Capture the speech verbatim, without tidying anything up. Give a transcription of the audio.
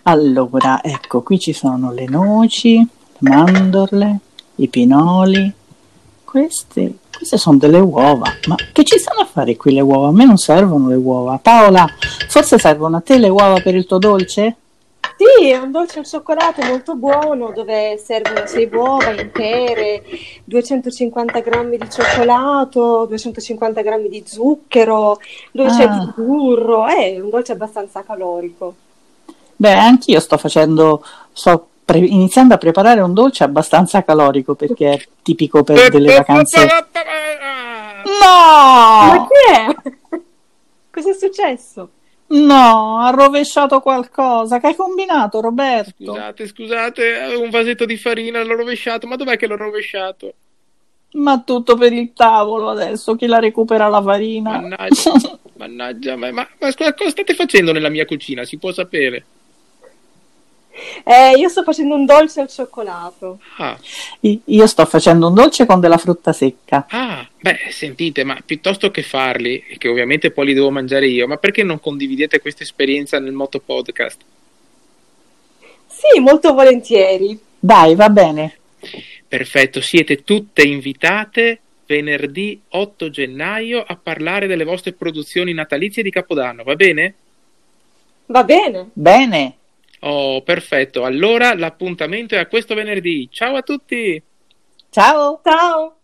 Allora, ecco, qui ci sono le noci, le mandorle, i pinoli. Queste, queste sono delle uova. Ma che ci stanno a fare qui le uova? A me non servono le uova. Paola, forse servono a te le uova per il tuo dolce? Sì, è un dolce al cioccolato molto buono dove servono sei uova intere, duecentocinquanta grammi di cioccolato, duecentocinquanta grammi di zucchero, due di Ah, burro. È un dolce abbastanza calorico. beh, anch'io sto facendo, sto pre- iniziando a preparare un dolce abbastanza calorico perché è tipico per delle vacanze. Ma No! che è? Cosa è successo? No, ha rovesciato qualcosa. Che hai combinato, Roberto? Scusate, scusate, avevo un vasetto di farina, l'ho rovesciato, ma dov'è che l'ho rovesciato? Ma tutto per il tavolo adesso, chi la recupera la farina? Mannaggia, mannaggia, ma, ma, ma scusa, cosa state facendo nella mia cucina? Si può sapere? Eh, io sto facendo un dolce al cioccolato. Ah, I- Io sto facendo un dolce con della frutta secca. ah, beh, sentite, ma piuttosto che farli, e che ovviamente poi li devo mangiare io, ma perché non condividete questa esperienza nel Moto Podcast? Sì, molto volentieri. Dai, va bene. Perfetto, siete tutte invitate venerdì otto gennaio a parlare delle vostre produzioni natalizie di Capodanno, va bene? Va bene. Bene. Oh, perfetto. Allora l'appuntamento è a questo venerdì. Ciao a tutti! Ciao. Ciao.